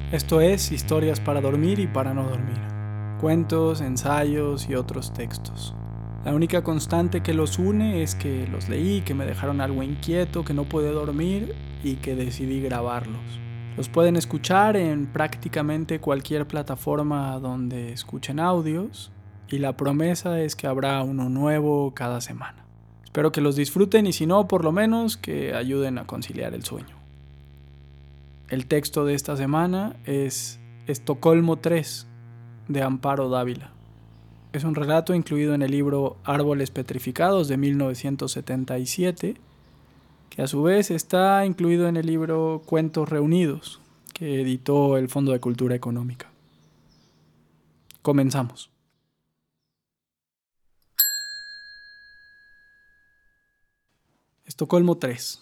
Esto es Historias para dormir y para no dormir. Cuentos, ensayos y otros textos. La única constante que los une es que los leí, que me dejaron algo inquieto, que no pude dormir y que decidí grabarlos. Los pueden escuchar en prácticamente cualquier plataforma donde escuchen audios y la promesa es que habrá uno nuevo cada semana. Espero que los disfruten y si no, por lo menos que ayuden a conciliar el sueño. El texto de esta semana es Estocolmo 3, de Amparo Dávila. Es un relato incluido en el libro Árboles Petrificados de 1977, que a su vez está incluido en el libro Cuentos Reunidos, que editó el Fondo de Cultura Económica. Comenzamos. Estocolmo 3.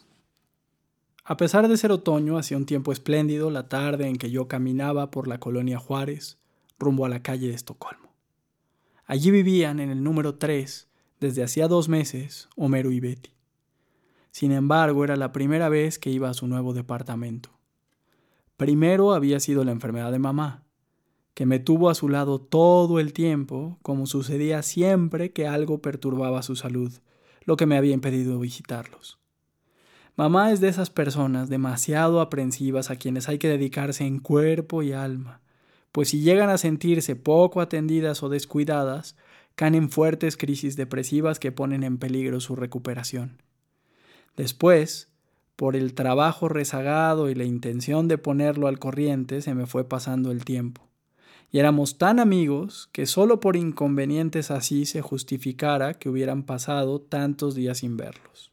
A pesar de ser otoño, hacía un tiempo espléndido la tarde en que yo caminaba por la colonia Juárez, rumbo a la calle de Estocolmo. Allí vivían, en el número 3, desde hacía 2 meses, Homero y Betty. Sin embargo, era la primera vez que iba a su nuevo departamento. Primero había sido la enfermedad de mamá, que me tuvo a su lado todo el tiempo, como sucedía siempre que algo perturbaba su salud, lo que me había impedido visitarlos. Mamá es de esas personas demasiado aprensivas a quienes hay que dedicarse en cuerpo y alma, pues si llegan a sentirse poco atendidas o descuidadas, caen en fuertes crisis depresivas que ponen en peligro su recuperación. Después, por el trabajo rezagado y la intención de ponerlo al corriente, se me fue pasando el tiempo. Y éramos tan amigos que solo por inconvenientes así se justificara que hubieran pasado tantos días sin verlos.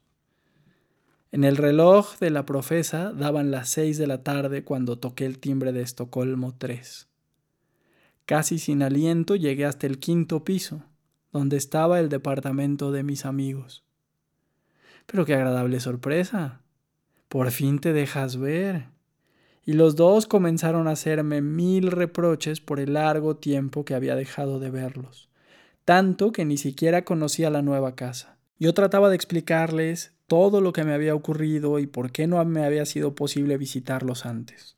En el reloj de la profesa daban las 6 de la tarde cuando toqué el timbre de Estocolmo 3. Casi sin aliento llegué hasta el 5.º piso, donde estaba el departamento de mis amigos. Pero qué agradable sorpresa. Por fin te dejas ver. Y los dos comenzaron a hacerme 1000 reproches por el largo tiempo que había dejado de verlos. Tanto que ni siquiera conocía la nueva casa. Yo trataba de explicarles todo lo que me había ocurrido y por qué no me había sido posible visitarlos antes.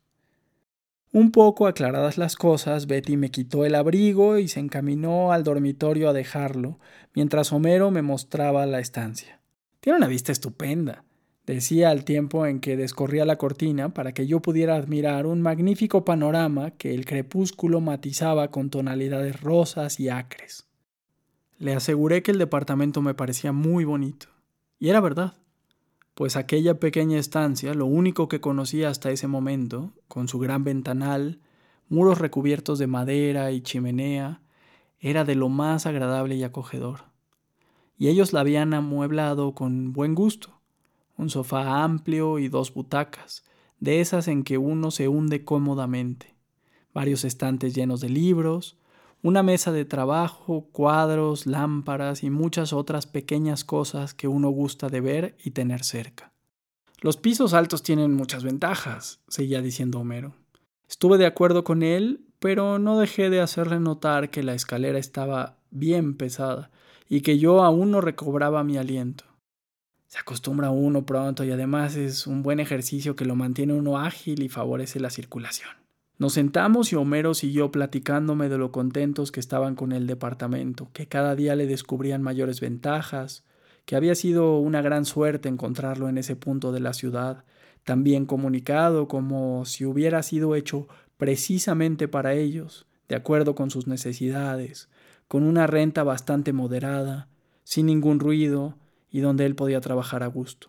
Un poco aclaradas las cosas, Betty me quitó el abrigo y se encaminó al dormitorio a dejarlo, mientras Homero me mostraba la estancia. Tiene una vista estupenda, decía al tiempo en que descorría la cortina para que yo pudiera admirar un magnífico panorama que el crepúsculo matizaba con tonalidades rosas y acres. Le aseguré que el departamento me parecía muy bonito, y era verdad, pues aquella pequeña estancia, lo único que conocía hasta ese momento, con su gran ventanal, muros recubiertos de madera y chimenea, era de lo más agradable y acogedor. Y ellos la habían amueblado con buen gusto, un sofá amplio y 2 butacas, de esas en que uno se hunde cómodamente, varios estantes llenos de libros, una mesa de trabajo, cuadros, lámparas y muchas otras pequeñas cosas que uno gusta de ver y tener cerca. Los pisos altos tienen muchas ventajas, seguía diciendo Homero. Estuve de acuerdo con él, pero no dejé de hacerle notar que la escalera estaba bien pesada y que yo aún no recobraba mi aliento. Se acostumbra uno pronto y además es un buen ejercicio que lo mantiene uno ágil y favorece la circulación. Nos sentamos y Homero siguió platicándome de lo contentos que estaban con el departamento, que cada día le descubrían mayores ventajas, que había sido una gran suerte encontrarlo en ese punto de la ciudad, tan bien comunicado como si hubiera sido hecho precisamente para ellos, de acuerdo con sus necesidades, con una renta bastante moderada, sin ningún ruido y donde él podía trabajar a gusto.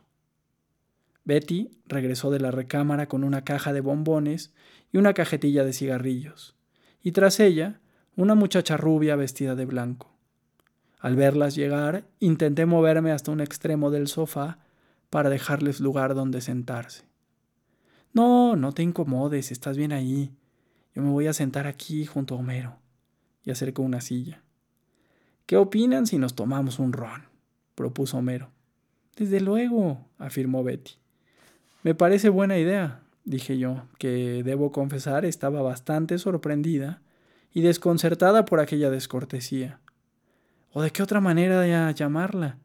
Betty regresó de la recámara con una caja de bombones y una cajetilla de cigarrillos, y tras ella, una muchacha rubia vestida de blanco. Al verlas llegar, intenté moverme hasta un extremo del sofá para dejarles lugar donde sentarse. No, no te incomodes, estás bien ahí. Yo me voy a sentar aquí junto a Homero. Y acercó una silla. ¿Qué opinan si nos tomamos un ron?, propuso Homero. Desde luego, afirmó Betty. Me parece buena idea, dije yo, que debo confesar estaba bastante sorprendida y desconcertada por aquella descortesía. ¿O de qué otra manera llamarla?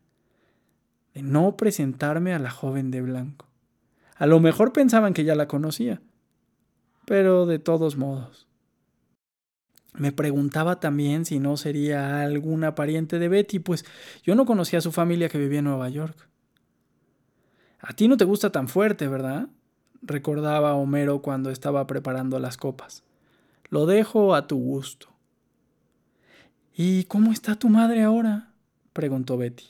De no presentarme a la joven de blanco. A lo mejor pensaban que ya la conocía. pero de todos modos. Me preguntaba también si no sería alguna pariente de Betty, pues yo no conocía a su familia que vivía en Nueva York. A ti no te gusta tan fuerte, ¿verdad? Recordaba Homero cuando estaba preparando las copas. Lo dejo a tu gusto. ¿Y cómo está tu madre ahora?, preguntó Betty.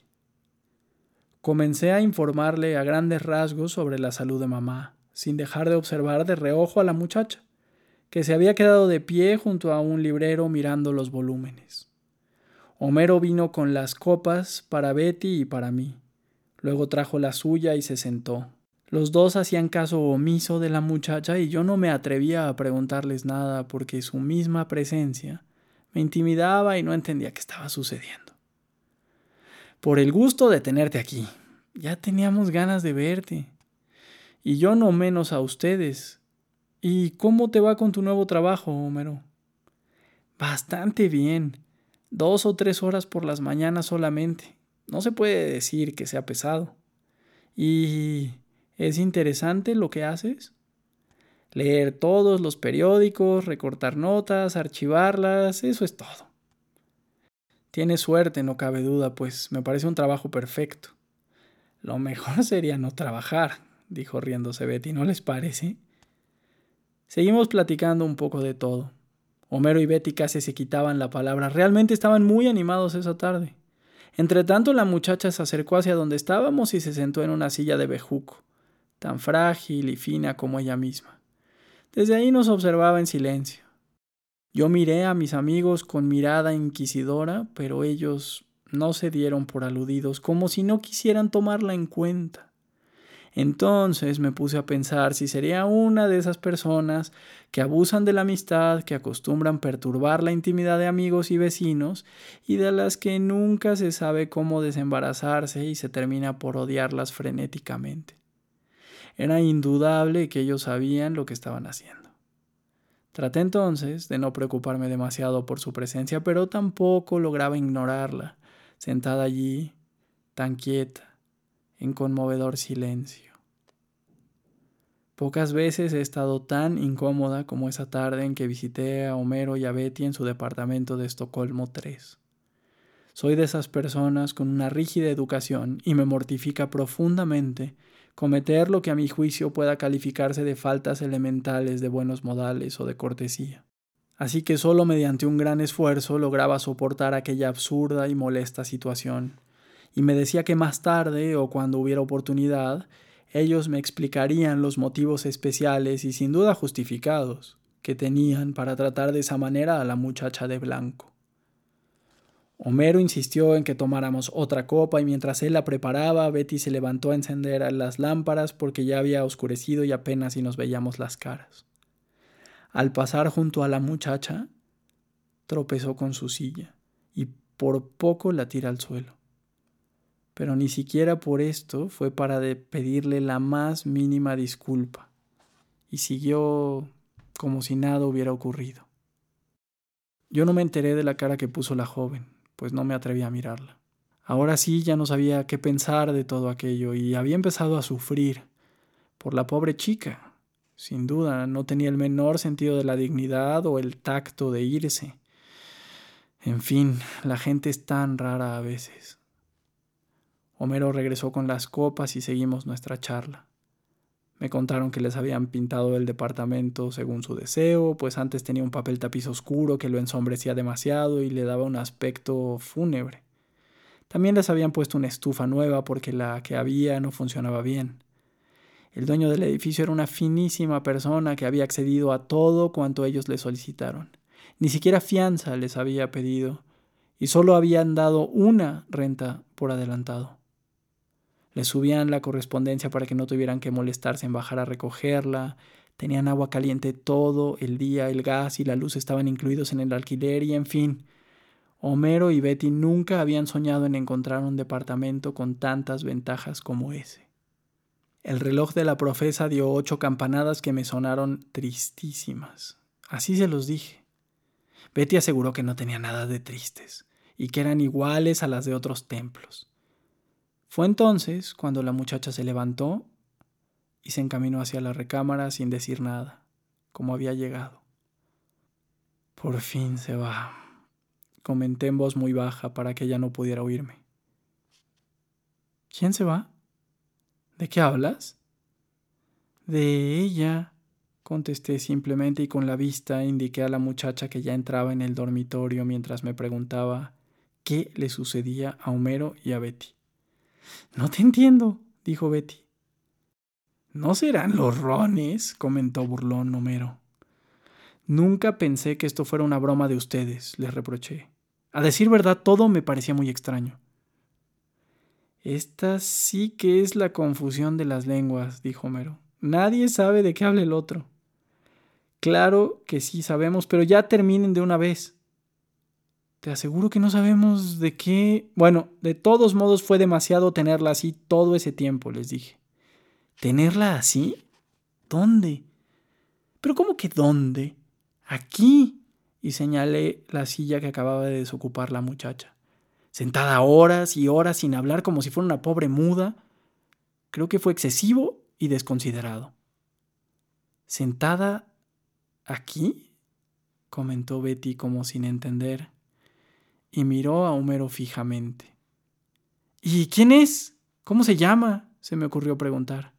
Comencé a informarle a grandes rasgos sobre la salud de mamá, sin dejar de observar de reojo a la muchacha, que se había quedado de pie junto a un librero mirando los volúmenes. Homero vino con las copas para Betty y para mí. Luego trajo la suya y se sentó. Los dos hacían caso omiso de la muchacha y yo no me atrevía a preguntarles nada porque su misma presencia me intimidaba y no entendía qué estaba sucediendo. Por el gusto de tenerte aquí. Ya teníamos ganas de verte. Y yo no menos a ustedes. ¿Y cómo te va con tu nuevo trabajo, Homero? Bastante bien. 2 o 3 horas por las mañanas solamente. No se puede decir que sea pesado. ¿Y es interesante lo que haces? Leer todos los periódicos, recortar notas, archivarlas, eso es todo. Tienes suerte, no cabe duda, pues me parece un trabajo perfecto. Lo mejor sería no trabajar, dijo riéndose Betty, ¿no les parece? Seguimos platicando un poco de todo. Homero y Betty casi se quitaban la palabra. Realmente estaban muy animados esa tarde. Entretanto, la muchacha se acercó hacia donde estábamos y se sentó en una silla de bejuco, tan frágil y fina como ella misma. Desde ahí nos observaba en silencio. Yo miré a mis amigos con mirada inquisidora, pero ellos no se dieron por aludidos, como si no quisieran tomarla en cuenta. Entonces me puse a pensar si sería una de esas personas que abusan de la amistad, que acostumbran perturbar la intimidad de amigos y vecinos, y de las que nunca se sabe cómo desembarazarse y se termina por odiarlas frenéticamente. Era indudable que ellos sabían lo que estaban haciendo. Traté entonces de no preocuparme demasiado por su presencia, pero tampoco lograba ignorarla, sentada allí, tan quieta, en conmovedor silencio. Pocas veces he estado tan incómoda como esa tarde en que visité a Homero y a Betty en su departamento de Estocolmo 3. Soy de esas personas con una rígida educación y me mortifica profundamente cometer lo que a mi juicio pueda calificarse de faltas elementales de buenos modales o de cortesía. Así que solo mediante un gran esfuerzo lograba soportar aquella absurda y molesta situación, y me decía que más tarde o cuando hubiera oportunidad, ellos me explicarían los motivos especiales y sin duda justificados que tenían para tratar de esa manera a la muchacha de blanco. Homero insistió en que tomáramos otra copa y mientras él la preparaba, Betty se levantó a encender las lámparas porque ya había oscurecido y apenas si nos veíamos las caras. Al pasar junto a la muchacha, tropezó con su silla y por poco la tira al suelo. Pero ni siquiera por esto fue para pedirle la más mínima disculpa y siguió como si nada hubiera ocurrido. Yo no me enteré de la cara que puso la joven, pues no me atreví a mirarla. Ahora sí ya no sabía qué pensar de todo aquello y había empezado a sufrir por la pobre chica. Sin duda, no tenía el menor sentido de la dignidad o el tacto de irse. En fin, la gente es tan rara a veces. Homero regresó con las copas y seguimos nuestra charla. Me contaron que les habían pintado el departamento según su deseo, pues antes tenía un papel tapiz oscuro que lo ensombrecía demasiado y le daba un aspecto fúnebre. También les habían puesto una estufa nueva porque la que había no funcionaba bien. El dueño del edificio era una finísima persona que había accedido a todo cuanto ellos le solicitaron. Ni siquiera fianza les había pedido y solo habían dado una renta por adelantado. Les subían la correspondencia para que no tuvieran que molestarse en bajar a recogerla. Tenían agua caliente todo el día, el gas y la luz estaban incluidos en el alquiler y en fin. Homero y Betty nunca habían soñado en encontrar un departamento con tantas ventajas como ese. El reloj de la profesa dio 8 campanadas que me sonaron tristísimas. Así se los dije. Betty aseguró que no tenía nada de tristes y que eran iguales a las de otros templos. Fue entonces cuando la muchacha se levantó y se encaminó hacia la recámara sin decir nada, como había llegado. Por fin se va, comenté en voz muy baja para que ella no pudiera oírme. ¿Quién se va? ¿De qué hablas? De ella, contesté simplemente y con la vista indiqué a la muchacha que ya entraba en el dormitorio mientras me preguntaba qué le sucedía a Homero y a Betty. No te entiendo, dijo Betty. ¿No serán los rones?, comentó burlón Homero. Nunca pensé que esto fuera una broma de ustedes, les reproché. A decir verdad, todo me parecía muy extraño. Esta sí que es la confusión de las lenguas, dijo Homero. Nadie sabe de qué habla el otro. Claro que sí sabemos, pero ya terminen de una vez. Te aseguro que no sabemos de qué... Bueno, de todos modos fue demasiado tenerla así todo ese tiempo, les dije. ¿Tenerla así? ¿Dónde? ¿Pero cómo que dónde? Aquí. Y señalé la silla que acababa de desocupar la muchacha. Sentada horas y horas sin hablar como si fuera una pobre muda. Creo que fue excesivo y desconsiderado. ¿Sentada aquí?, comentó Betty como sin entender, y miró a Homero fijamente. ¿Y quién es? ¿Cómo se llama?, se me ocurrió preguntar.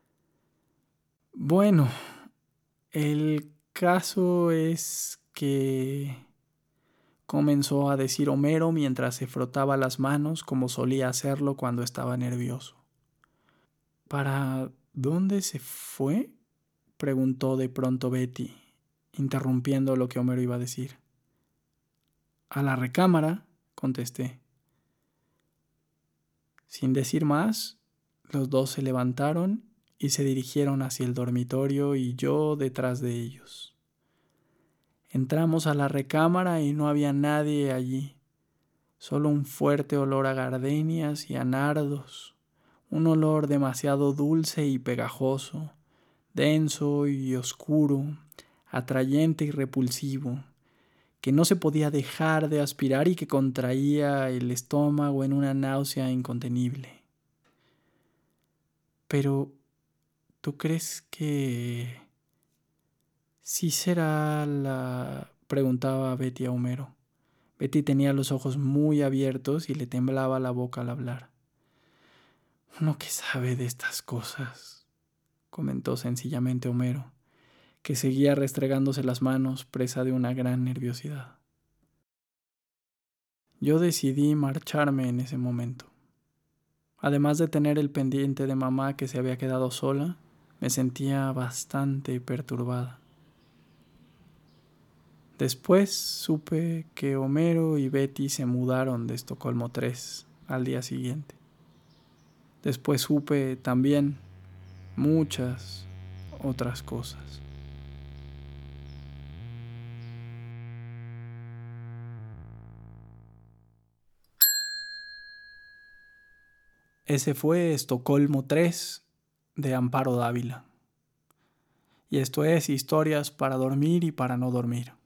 Bueno, el caso es que... comenzó a decir Homero mientras se frotaba las manos como solía hacerlo cuando estaba nervioso. ¿Para dónde se fue?, preguntó de pronto Betty, interrumpiendo lo que Homero iba a decir. A la recámara, contesté. Sin decir más, los dos se levantaron y se dirigieron hacia el dormitorio y yo detrás de ellos. Entramos a la recámara y no había nadie allí, solo un fuerte olor a gardenias y a nardos, un olor demasiado dulce y pegajoso, denso y oscuro, atrayente y repulsivo, que no se podía dejar de aspirar y que contraía el estómago en una náusea incontenible. Pero, ¿tú crees que sí será la...? Preguntaba Betty a Homero. Betty tenía los ojos muy abiertos y le temblaba la boca al hablar. «¿Uno qué sabe de estas cosas?», comentó sencillamente Homero, que seguía restregándose las manos, presa de una gran nerviosidad. Yo decidí marcharme en ese momento. Además de tener el pendiente de mamá que se había quedado sola, me sentía bastante perturbada. Después supe que Homero y Betty se mudaron de Estocolmo 3 al día siguiente. Después supe también muchas otras cosas. Ese fue Estocolmo 3 de Amparo Dávila. Y esto es Historias para dormir y para no dormir.